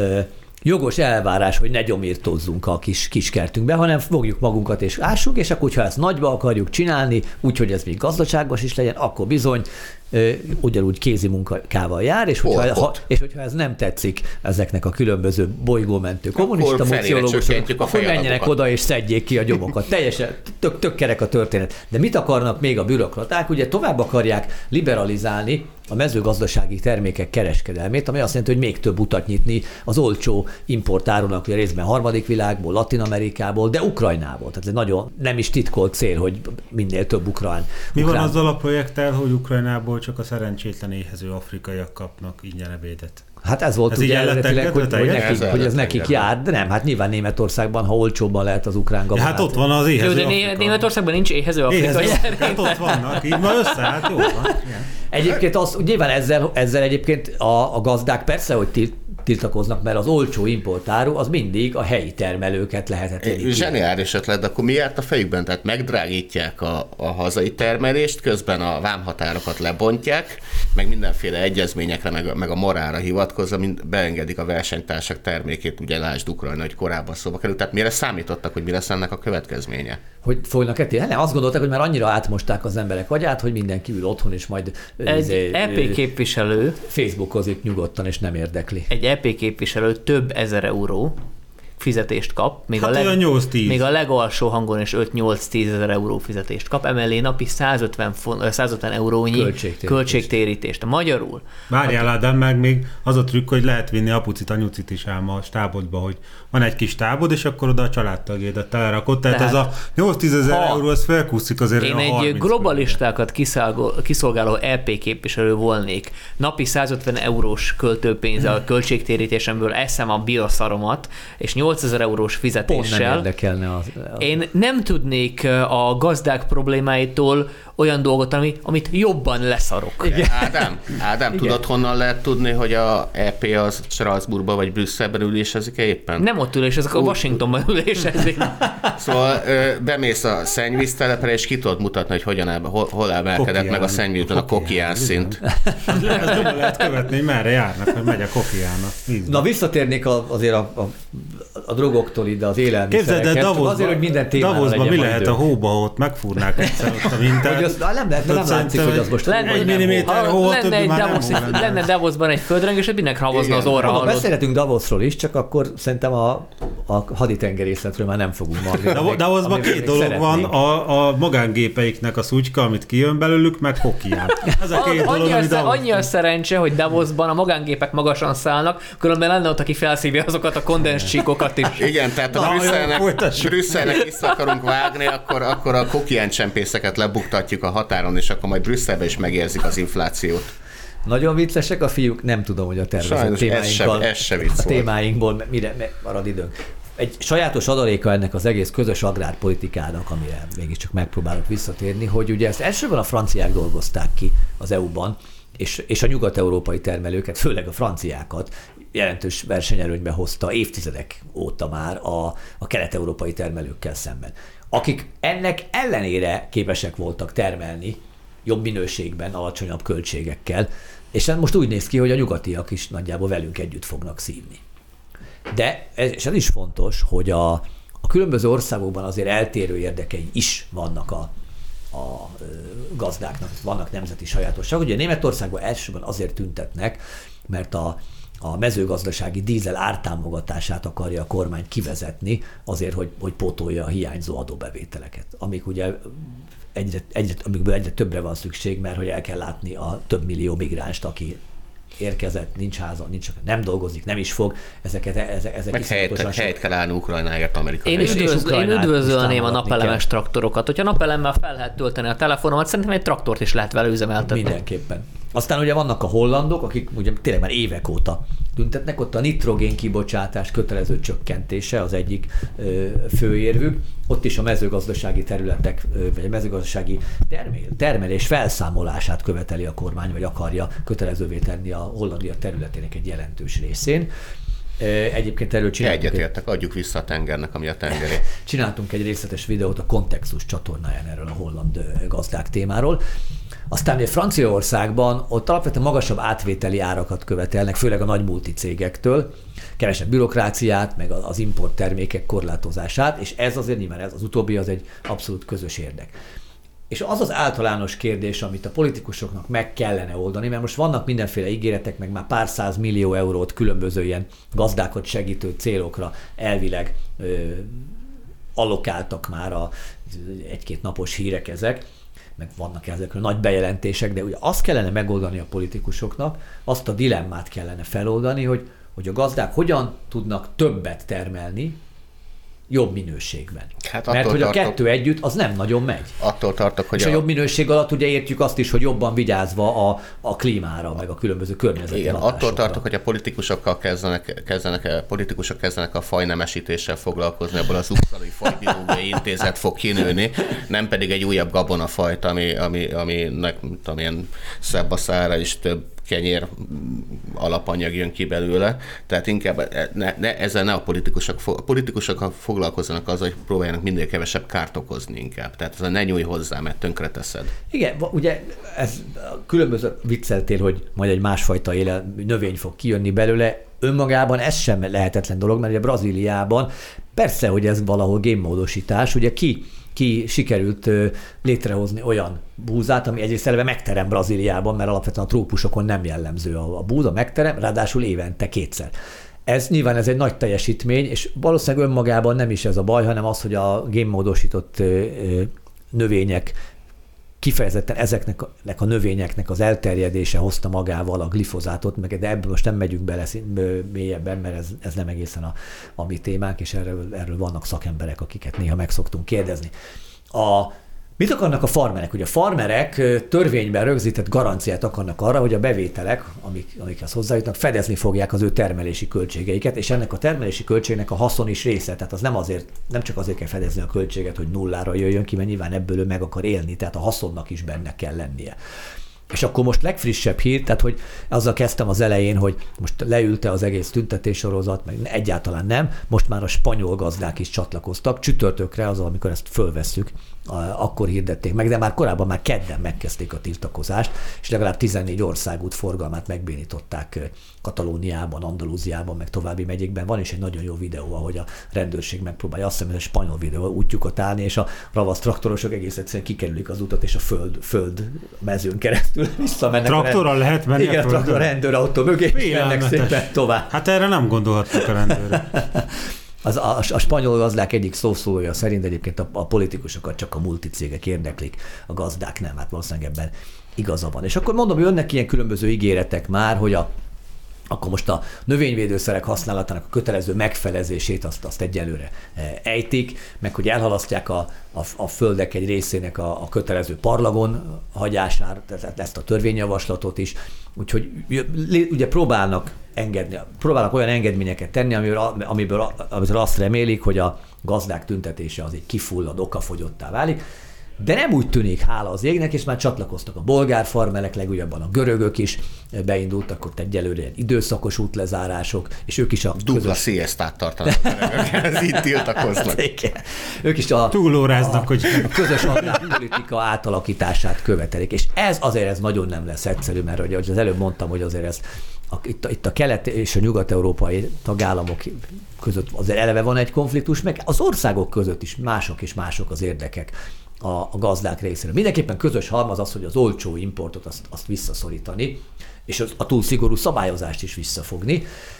jogos elvárás, hogy ne gyomírtózzunk a kis kiskertünkbe, hanem fogjuk magunkat és ássuk, és akkor, ha ezt nagyba akarjuk csinálni, úgyhogy ez még gazdaságos is legyen, akkor bizony ugyanúgy kézi munkával jár, és hogyha, ha, és hogyha ez nem tetszik ezeknek a különböző bolygómentő kommunista muciológusok, akkor menjenek oda és szedjék ki a gyomokat. Teljesen tök, tök kerek a történet. De mit akarnak még a bürokraták? Ugye tovább akarják liberalizálni a mezőgazdasági termékek kereskedelmét, ami azt jelenti, hogy még több utat nyitni az olcsó importárunak, ugye részben harmadik világból, Latin-Amerikából, de Ukrajnából. Tehát ez nagyon nem is titkolt cél, hogy minél több ukrán. Mi ukrán... van azzal a projekttel, hogy Ukrajnából csak a szerencsétlen éhező afrikaiak kapnak ingyen ebédet? Hát ez volt ez ugye eredetileg, hogy, hogy, nekik, ez hogy ez nekik jár, de nem, hát nyilván Németországban, ha olcsóban lehet az ukrán gabonát. Hát ott van az éhező Jó, de Afrika. Németországban nincs éhező afrikai. Hát ott vannak, így ma össze, hát jó van. Egyébként az, nyilván ezzel, ezzel egyébként a, a gazdák persze, hogy tiltakoznak, mert az olcsó importáru az mindig a helyi termelőket lehetetleníti. Zseniális ötlet, de akkor mi járt a fejükben? Tehát megdrágítják a, a hazai termelést, közben a vámhatárokat lebontják, meg mindenféle egyezményekre, meg, meg a morálra hivatkozva, mind beengedik a versenytársak termékét, ugye lásd Ukrajna, hogy korábban szóba került. Tehát mire számítottak, hogy mi lesz ennek a következménye? Hogy fognak etni? Nem, azt gondolták, hogy már annyira átmosták az emberek agyát, hogy mindenki ül otthon, és majd egy é pé képviselő Facebookozik nyugodtan, és nem érdekli. Egy é pé képviselő több ezer euró fizetést kap, még, hát a, leg, még a legalsó hangon is öt-nyolc-tíz ezer euró fizetést kap, emellé napi százötven, százötven eurónyi költségtérítést. költségtérítést. Magyarul. Várjál, Ádám, meg még az a trükk, hogy lehet vinni apucit, anyucit is ám a stábodba, hogy van egy kis tábod, és akkor oda a családtagjédet telerakod. Tehát, Tehát ez a nyolc-tíz ezer euró, ez felkúszik azért. Én egy globalistákat kiszolgáló é pé képviselő volnék. Napi százötven eurós költőpénz a költségtérítésemből eszem a bioszaromat, és nyolcezer eurós fizetéssel. Pont nem érdekelne az, az... Én nem tudnék a gazdák problémáitól olyan dolgot, ami, amit jobban leszarok. Igen. Ádám, Ádám Igen. tudod, honnan lehet tudni, hogy a é pé az Strasbourgban vagy Brüsszelben ülésezik éppen? Nem ott ülésezek, a Washingtonban ülésezik. Szóval bemész a szennyvíztelepre, és ki tudod mutatni, hogy hogyan el, hol, hol emelkedett meg a szennyvízben a kokián szint. Ez nem lehet követni, hogy merre járnak, hogy megy a kokiának. Na visszatérnék azért a, a a drogoktól ide az élelmiszereket. Davosban, azért, hogy minden témára Davosban mi lehet idő. A hóba, ott megfúrnák egyszer ott a mintát. Az, nem lehet, nem látszik, hogy az most lenne, egy milliméter hó, lenne, egy Davos, lenne Davosban egy földreng, és mindenki havazna az orra. Beszélhetünk Davosról is, csak akkor szerintem a, a haditengerészetről már nem fogunk mondani. Davosban két dolog szeretnénk. Van, a, a magángépeiknek a szutyka, amit kijön belőlük, meg hokián. Ez a két dolog, annyi, a, annyi a szerencse, hogy Davosban a magángépek magasan szállnak, különben lenne ott, aki felszívja azokat a kondenscsíkokat is. Igen, tehát a Brüsszelnek vissza akarunk vágni, akkor, akkor a kokián csempészeket lebuktatjuk a határon, és akkor majd Brüsszelbe is megérzik az inflációt. Nagyon viccesek a fiúk, nem tudom, hogy a tervezett témáinkból, ez se, ez se a témáinkból mire marad időnk. Egy sajátos adaléka ennek az egész közös agrárpolitikának, amire mégiscsak megpróbálok visszatérni, hogy ugye ezt elsőben a franciák dolgozták ki az é u-ban, és, és a nyugat-európai termelőket, főleg a franciákat jelentős versenyelőnybe hozta évtizedek óta már a, a kelet-európai termelőkkel szemben, akik ennek ellenére képesek voltak termelni jobb minőségben, alacsonyabb költségekkel, és most úgy néz ki, hogy a nyugatiak is nagyjából velünk együtt fognak szívni. De, ez, és ez is fontos, hogy a, a különböző országokban azért eltérő érdekei is vannak a, a gazdáknak, vannak nemzeti sajátosságok. Ugye Németországban elsősorban azért tüntetnek, mert a, a mezőgazdasági dízel ártámogatását akarja a kormány kivezetni azért, hogy, hogy pótolja a hiányzó adóbevételeket, amik ugye egyre, egyre, amikből egyre többre van szükség, mert hogy el kell látni a több millió migránst, aki érkezett, nincs háza, nincs, nem dolgozik, nem is fog, ezeket ezek, ezek meg helyet, helyet kell állni Ukrajnáért, Amerikai. Én, üdvözl, én üdvözölném a napelemes kell. traktorokat. Hogyha napelemmel fel lehet tölteni a telefonomat, szerintem egy traktort is lehet vele üzemeltetni. Mindenképpen. Aztán ugye vannak a hollandok, akik ugye tényleg már évek óta tüntetnek, ott a nitrogén kibocsátás kötelező csökkentése az egyik ö, főérvük. Ott is a mezőgazdasági területek, ö, vagy a mezőgazdasági termel, termelés felszámolását követeli a kormány, vagy akarja kötelezővé tenni a Hollandia területének egy jelentős részén. Egyébként erről csináltunk. Egyetértek, adjuk vissza a tengernek, ami a tengeré. Csináltunk egy részletes videót a Kontextus csatornáján erről a holland gazdák témáról. Aztán Franciaországban ott alapvetően magasabb átvételi árakat követelnek, főleg a nagy multicégektől, kevesebb bürokráciát, meg az import termékek korlátozását, és ez azért nyilván ez az utóbbi az egy abszolút közös érdek. És az az általános kérdés, amit a politikusoknak meg kellene oldani, mert most vannak mindenféle ígéretek, meg már pár száz millió eurót különböző ilyen gazdákat segítő célokra elvileg ö, allokáltak már a egy-két napos hírek ezek, meg vannak ezekről nagy bejelentések, de ugye azt kellene megoldani a politikusoknak, azt a dilemmát kellene feloldani, hogy, hogy a gazdák hogyan tudnak többet termelni, jobb minőségben. Hát mert hogy a tartok, kettő együtt az nem nagyon megy. Attól tartok, hogy és a, a jobb minőség alatt ugye értjük azt is, hogy jobban vigyázva a, a klímára, meg a különböző környezeti igen, hatásokra. Attól tartok, hogy a politikusokkal kezdenek, kezdenek, politikusok kezdenek a fajnemesítéssel foglalkozni, ebből az Uppsalai Fajbiológiai Intézet fog kinőni, nem pedig egy újabb gabonafajt, ami, ami, aminek tudom, ilyen szebb a szára is több kenyér alapanyag jön ki belőle, tehát inkább ne, ne, ezzel ne a politikusok, a politikusok foglalkozzanak azzal, hogy próbáljanak minél kevesebb kárt okozni inkább. Tehát ez ne nyújj hozzá, mert tönkre teszed. Igen, ugye ez különböző vicceltél, hogy majd egy másfajta éle, növény fog kijönni belőle, önmagában ez sem lehetetlen dolog, mert ugye Brazíliában persze, hogy ez valahol génmódosítás, ugye ki ki sikerült létrehozni olyan búzát, ami egyrészt eleve megterem Brazíliában, mert alapvetően a trópusokon nem jellemző a búza, megterem, ráadásul évente kétszer. Ez nyilván ez egy nagy teljesítmény, és valószínűleg önmagában nem is ez a baj, hanem az, hogy a génmódosított növények kifejezetten ezeknek a növényeknek az elterjedése hozta magával a glifozátot, meg, de ebből most nem megyünk bele mélyebben, mert ez, ez nem egészen a, a mi témánk, és erről, erről vannak szakemberek, akiket néha meg szoktunk kérdezni. A, mit akarnak a farmerek? Ugye a farmerek törvényben rögzített garanciát akarnak arra, hogy a bevételek, amik, amikhez hozzájutnak, fedezni fogják az ő termelési költségeiket, és ennek a termelési költségnek a haszon is része. Tehát az nem azért, nem csak azért kell fedezni a költséget, hogy nullára jöjjön ki, mert nyilván ebből ő meg akar élni, tehát a haszonnak is benne kell lennie. És akkor most legfrissebb hír, tehát hogy azzal kezdtem az elején, hogy most leülte az egész tüntetéssorozat, meg egyáltalán nem, most már a spanyol gazdák is csatlakoztak, csütörtökre, az, amikor ezt fölvesszük, akkor hirdették meg, de már korábban már kedden megkezdték a tiltakozást, és legalább tizennégy országút forgalmát megbénították Katalóniában, Andalúziában, meg további megyékben. Van is egy nagyon jó videó, ahogy a rendőrség megpróbálja, azt hiszem, ez a spanyol videó, útjukat állni, és a ravasz traktorosok egész egyszerűen kikerülik az utat, és a föld, föld mezőn keresztül visszamennek. Traktorral lehet menni? Igen, a traktor rendőrautó mögé, és mennek szépen tovább. Hát erre nem gondolhattuk a rendőrök. Az, a, a spanyol gazdák egyik szószólója szerint egyébként a, a politikusokat csak a multicégek érdeklik, a gazdák nem, hát valószínűleg ebben igaza van. És akkor mondom, hogy jönnek ilyen különböző ígéretek már, hogy a akkor most a növényvédőszerek használatának a kötelező megfelezését azt, azt egyelőre ejtik, meg hogy elhalasztják a, a, a földek egy részének a, a kötelező parlagon hagyását, ezt a törvényjavaslatot is. Úgyhogy ugye próbálnak engedni, próbálnak olyan engedményeket tenni, amiből, amiből, amiből azt remélik, hogy a gazdák tüntetése az egy kifullad, okafogyottá válik. De nem úgy tűnik, hála az égnek, és már csatlakoztak a bolgár farmerek, legújabban a görögök is beindultak ott egyelőre ilyen időszakos útlezárások, és ők is a dupla közös... sziesztát tartanak a görögök, ez így tiltakoznak. Ők is a, túlóráznak, a, hogy... a közös agrárpolitika átalakítását követelik, és ez azért ez nagyon nem lesz egyszerű, mert ugye, az előbb mondtam, hogy azért ez a, itt, a, itt a kelet és a nyugat-európai tagállamok között azért eleve van egy konfliktus, meg az országok között is mások és mások az érdekek a, a gazdák részéről. Mindenképpen közös halmaz az, hogy az olcsó importot azt, azt visszaszorítani, és az, a túl szigorú szabályozást is visszafogni,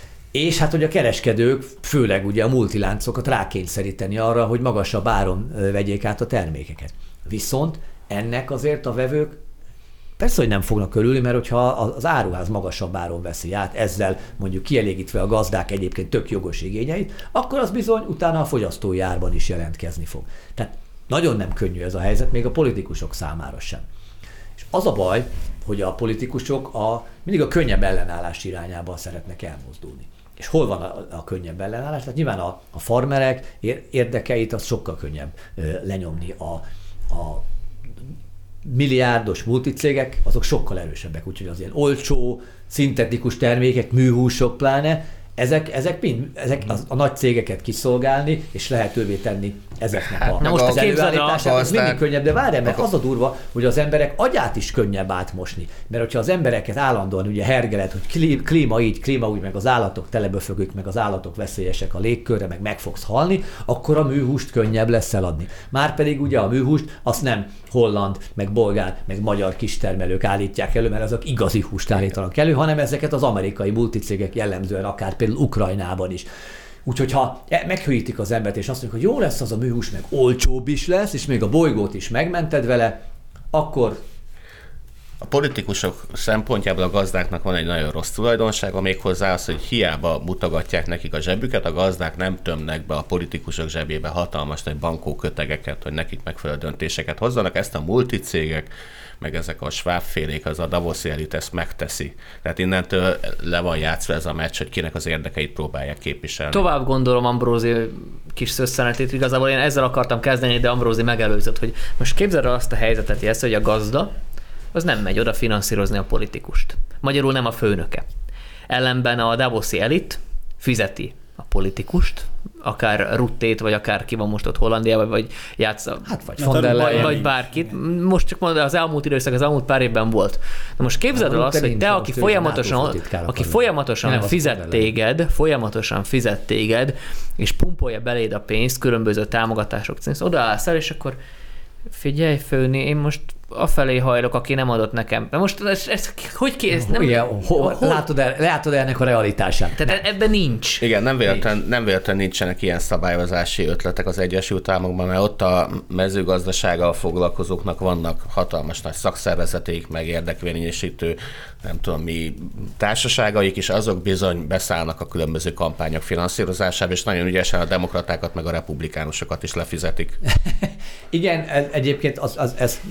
és hát, hogy a kereskedők, főleg ugye a multiláncokat rákényszeríteni arra, hogy magasabb áron vegyék át a termékeket. Viszont ennek azért a vevők persze, hogy nem fognak örülni, mert hogyha az áruház magasabb áron veszi át, ezzel mondjuk kielégítve a gazdák egyébként tök jogos igényeit, akkor az bizony utána a fogyasztói árban is jelentkezni fog. Tehát nagyon nem könnyű ez a helyzet, még a politikusok számára sem. És az a baj, hogy a politikusok a, mindig a könnyebb ellenállás irányába szeretnek elmozdulni. És hol van a, a könnyebb ellenállás? Tehát nyilván a, a farmerek érdekeit az sokkal könnyebb lenyomni. A, a milliárdos multicégek, azok sokkal erősebbek, úgyhogy az ilyen olcsó, szintetikus termékek, műhúsok pláne, ezek, ezek mind, ezek az, a nagy cégeket kiszolgálni, és lehetővé tenni ezeknek a, Na most az előállítását, az mindig aztán... könnyebb, de várjál, mert az a durva, hogy az emberek agyát is könnyebb átmosni. Mert hogyha az embereket állandóan ugye hergelet, hogy klíma így, klíma úgy, meg az állatok teleböfögők, meg az állatok veszélyesek a légkörre, meg meg fogsz halni, akkor a műhúst könnyebb lesz eladni. Márpedig ugye a műhúst azt nem holland, meg bolgár, meg magyar kistermelők állítják elő, mert azok igazi húst állítanak elő, hanem ezeket az amerikai multicégek jellemzően akár például Ukrajnában is. Úgyhogy ha meghűítik az embert, és azt mondjuk, hogy jó lesz az a műhús, meg olcsóbb is lesz, és még a bolygót is megmented vele, akkor... A politikusok szempontjából a gazdáknak van egy nagyon rossz tulajdonsága, méghozzá az, hogy hiába mutogatják nekik a zsebüket, a gazdák nem tömnek be a politikusok zsebébe hatalmas nagy bankó kötegeket, hogy nekik megfelelő döntéseket hozzanak. Ezt a multicégek, meg ezek a Schwab-félék, az a Davoszi elit ezt megteszi. Tehát innentől le van játszva ez a meccs, hogy kinek az érdekeit próbálják képviselni. Tovább gondolom Ambrózi kis szösszenetét, igazából én ezzel akartam kezdeni, de Ambrózi megelőzött, hogy most képzeld el azt a helyzetet, Jesz, hogy a gazda az nem megy oda finanszírozni a politikust. Magyarul nem a főnöke. Ellenben a Davoszi elit fizeti a politikust, akár Ruttét, vagy akár ki van most ott Hollandiában, vagy játsza, hát vagy, hát, vagy, vagy bárkit. Most csak mondom, az elmúlt időszak, az elmúlt pár évben volt. Na most képzeld el azt, hogy te, aki folyamatosan, aki folyamatosan fizet téged, folyamatosan fizet téged, és pumpolja beléd a pénzt különböző támogatások szerint, odaállsz el, és akkor figyelj főni, én most afelé hajlok, aki nem adott nekem. De most ez, ez hogy kész? Nem, igen, ho, ho, látod, el, látod el ennek a realitását. Tehát ebben nincs. Igen, nem véletlen, nem véletlen nincsenek ilyen szabályozási ötletek az Egyesült Államokban, mert ott a mezőgazdasággal foglalkozóknak vannak hatalmas nagy szakszervezeték, meg érdekvérvényesítő, nem tudom mi társaságaik, és azok bizony beszállnak a különböző kampányok finanszírozásába, és nagyon ügyesen a demokratákat, meg a republikánusokat is lefizetik. Igen, egyébként az, az, ez nem is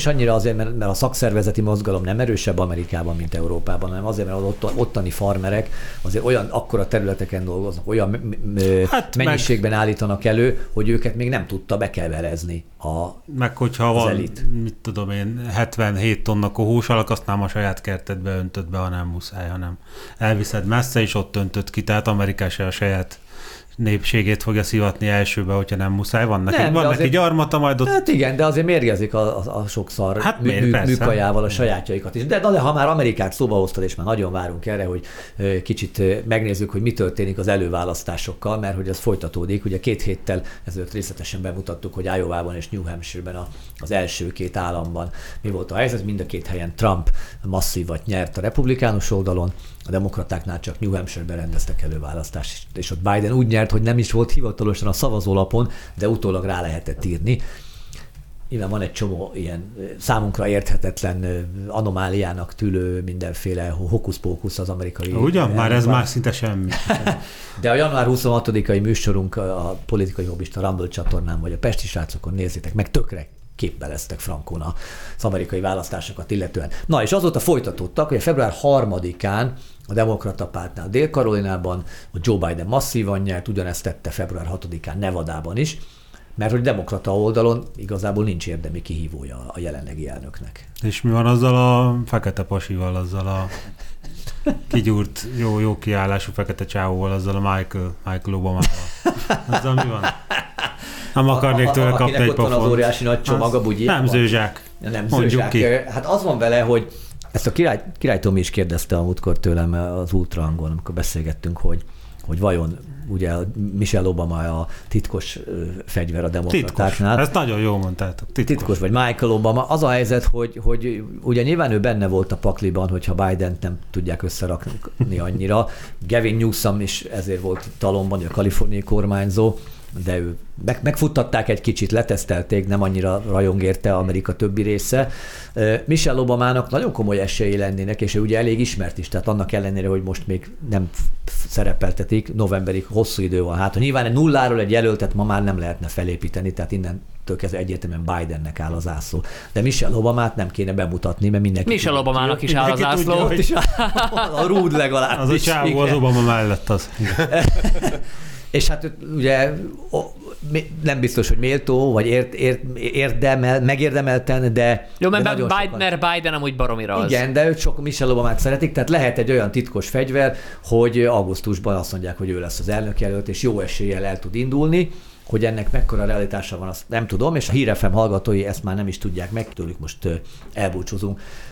is annyira azért, mert, mert a szakszervezeti mozgalom nem erősebb Amerikában, mint Európában, hanem azért, mert az ott, ottani farmerek azért olyan akkora területeken dolgoznak, olyan hát mennyiségben meg... állítanak elő, hogy őket még nem tudta bekevelezni a meg hogyha van, elit. Mit tudom én, hetvenhét tonna kohósalak, azt nem a saját kertedbe öntöd be, ha nem muszáj, hanem elviszed messze, és ott öntöd ki, tehát Amerika se a saját népségét fogja szivatni elsőbe, hogyha nem muszáj. Van neki, nem, van neki azért, gyarmata, majd ott... Hát igen, de azért mérgezik a, a, a sokszor hát mű, mű, műkajával a sajátjaikat is. De, de ha már Amerikát szóba hoztad, és már nagyon várunk erre, hogy kicsit megnézzük, hogy mi történik az előválasztásokkal, mert hogy ez folytatódik. Ugye két héttel ezelőtt részletesen bemutattuk, hogy Iowában és New Hampshire-ben az első két államban mi volt a helyzet. Mind a két helyen Trump masszívat nyert a republikánus oldalon, a demokratáknál csak New Hampshire-ben rendeztek előválasztást, és ott Biden úgy nyert, hogy nem is volt hivatalosan a szavazólapon, de utólag rá lehetett írni. Nyilván van egy csomó ilyen számunkra érthetetlen anomáliának tűlő mindenféle hokusz-pókusz az amerikai... Ugyan? Már ez már szinte semmi. De a január huszonhatodikai műsorunk a Politikai Hobbista Rumble csatornán, vagy a Pesti srácokon nézzétek meg, tökre képbeleztek frankon az amerikai választásokat illetően. Na, és azóta folytatódtak, hogy a február harmadikán a demokrata pártnál Dél-Karolinában a Joe Biden masszívan nyert, ugyanezt tette február hatodikán Nevadában is, mert hogy demokrata oldalon igazából nincs érdemi kihívója a jelenlegi elnöknek. És mi van azzal a fekete pasival, azzal a kigyúrt, jó, jó kiállású fekete csávóval, azzal a Michael, Michael Obama-val? Azzal mi van? Nem akarnék tőle kapni egy pofont. Akinek ott van az óriási nagy csomag a bugyék. Nem zőzsák. Nem zőzsák. Ki. Hát az van vele, hogy ezt a király, király Tomi is kérdezte a múltkor tőlem az ultrahangon, amikor beszélgettünk, hogy, hogy vajon ugye Michelle Obama a titkos fegyver a demokratáknál. Ezt nagyon jól mondtátok. Titkos. titkos vagy Michael Obama. Az a helyzet, hogy, hogy ugye nyilván ő benne volt a pakliban, hogyha Bident nem tudják összerakni annyira. Gavin Newsom is ezért volt talomban, a kaliforniai kormányzó, de ő meg, megfuttatták egy kicsit, letesztelték, nem annyira rajong érte Amerika többi része. Michelle Obamának nagyon komoly esélyei lennének, és ő ugye elég ismert is, tehát annak ellenére, hogy most még nem szerepeltetik, novemberig hosszú idő van hát. Nyilván egy nulláról egy jelöltet ma már nem lehetne felépíteni, tehát innentől kezdve egyértelműen Bidennek áll az ászló. De Michelle Obamát nem kéne bemutatni, mert mindenki... Michelle Obamának is áll az ászló. A rúd legalább. Az a csávó az Obama mellett az. És hát ugye nem biztos, hogy méltó, vagy ért, ért, érdemel, megérdemelten, de... Jó, mert, de Biden, sokan... mert Biden amúgy baromira az. Igen, de ők sok Michelle Obamát szeretik, tehát lehet egy olyan titkos fegyver, hogy augusztusban azt mondják, hogy ő lesz az elnökjelölt, és jó eséllyel el tud indulni. Hogy ennek mekkora realitása van, azt nem tudom, és a Hír ef em hallgatói ezt már nem is tudják meg, tőlük most elbúcsúzunk.